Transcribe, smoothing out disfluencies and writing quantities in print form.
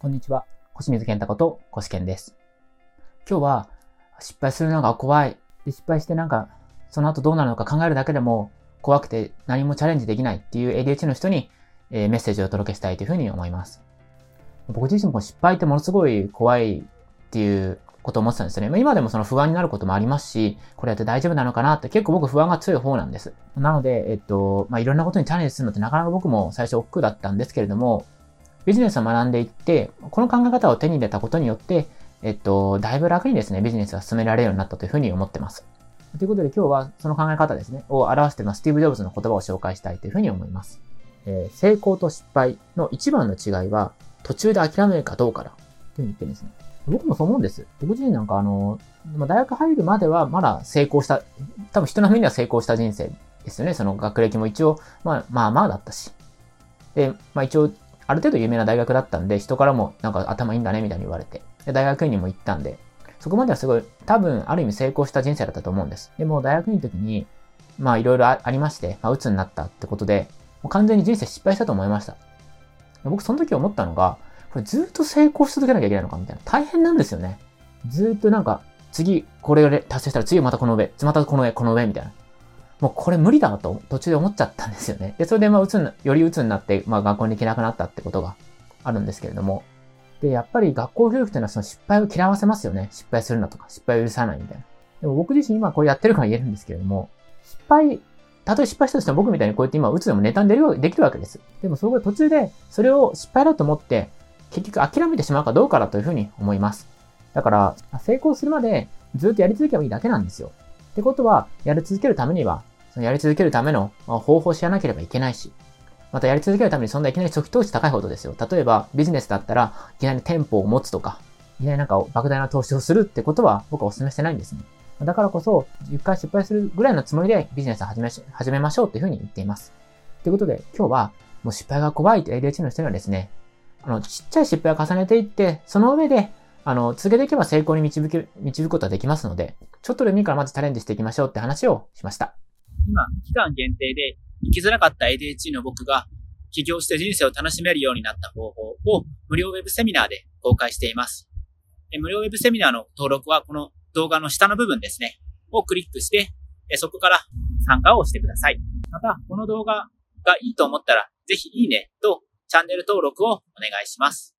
こんにちは。小清水健太こと小健です。今日は失敗するのが怖い。で、失敗してその後どうなるのか考えるだけでも怖くて何もチャレンジできないっていう ADHD の人にメッセージをお届けしたいというふうに思います。僕自身も失敗ってものすごい怖いっていうことを思ってたんですよね。今でもその不安になることもありますし、これやって大丈夫なのかなって結構僕不安が強い方なんです。なので、いろんなことにチャレンジするのってなかなか僕も最初億劫だったんですけれども、ビジネスを学んでいって、この考え方を手に入れたことによって、だいぶ楽にですね、ビジネスが進められるようになったというふうに思ってます。ということで今日はその考え方ですね、を表しているスティーブ・ジョブズの言葉を紹介したいというふうに思います。成功と失敗の一番の違いは、途中で諦めるかどうかだ。というふうに言ってるんですね。僕もそう思うんです。僕自身大学入るまではまだ成功した、多分人の目には成功した人生ですよね。その学歴も一応、まあだったし。で、一応、ある程度有名な大学だったんで、人からも頭いいんだねみたいに言われて、で大学院にも行ったんで、そこまではすごい、多分ある意味成功した人生だったと思うんです。でも大学院の時に、いろいろありまして、鬱になったってことで、もう完全に人生失敗したと思いました。僕その時思ったのが、これずっと成功し続けなきゃいけないのかみたいな。大変なんですよね。ずっと次これを達成したら次またこの上、またこの上みたいな。もうこれ無理だなと途中で思っちゃったんですよね。で、それでより鬱になって、学校に行けなくなったってことがあるんですけれども。で、やっぱり学校教育っていうのはその失敗を嫌わせますよね。失敗するなとか、失敗を許さないみたいな。でも僕自身今これやってるから言えるんですけれども、たとえ失敗したとしても僕みたいにこうやって今鬱でもネタにできるわけです。でもそれが途中でそれを失敗だと思って結局諦めてしまうかどうかだというふうに思います。だから成功するまでずっとやり続けばいいだけなんですよ。ってことは、やり続けるためには、そのやり続けるための方法を知らなければいけないし、またやり続けるためにそんないきなり初期投資高いほどですよ。例えばビジネスだったらいきなり店舗を持つとか、いきなり莫大な投資をするってことは僕はお勧めしてないんですね。だからこそ、10回失敗するぐらいのつもりでビジネスを始めましょうというふうに言っています。ということで今日はもう失敗が怖いという ADHD の人にはですね、ちっちゃい失敗を重ねていって、その上で続けていけば成功に導くことができますので、ちょっとでもいいからまずチャレンジしていきましょうって話をしました。 今、期間限定で生きづらかった ADHD の僕が起業して人生を楽しめるようになった方法を無料ウェブセミナーで公開しています。無料ウェブセミナーの登録はこの動画の下の部分ですね、をクリックして、そこから参加をしてください。また、この動画がいいと思ったら、ぜひいいねとチャンネル登録をお願いします。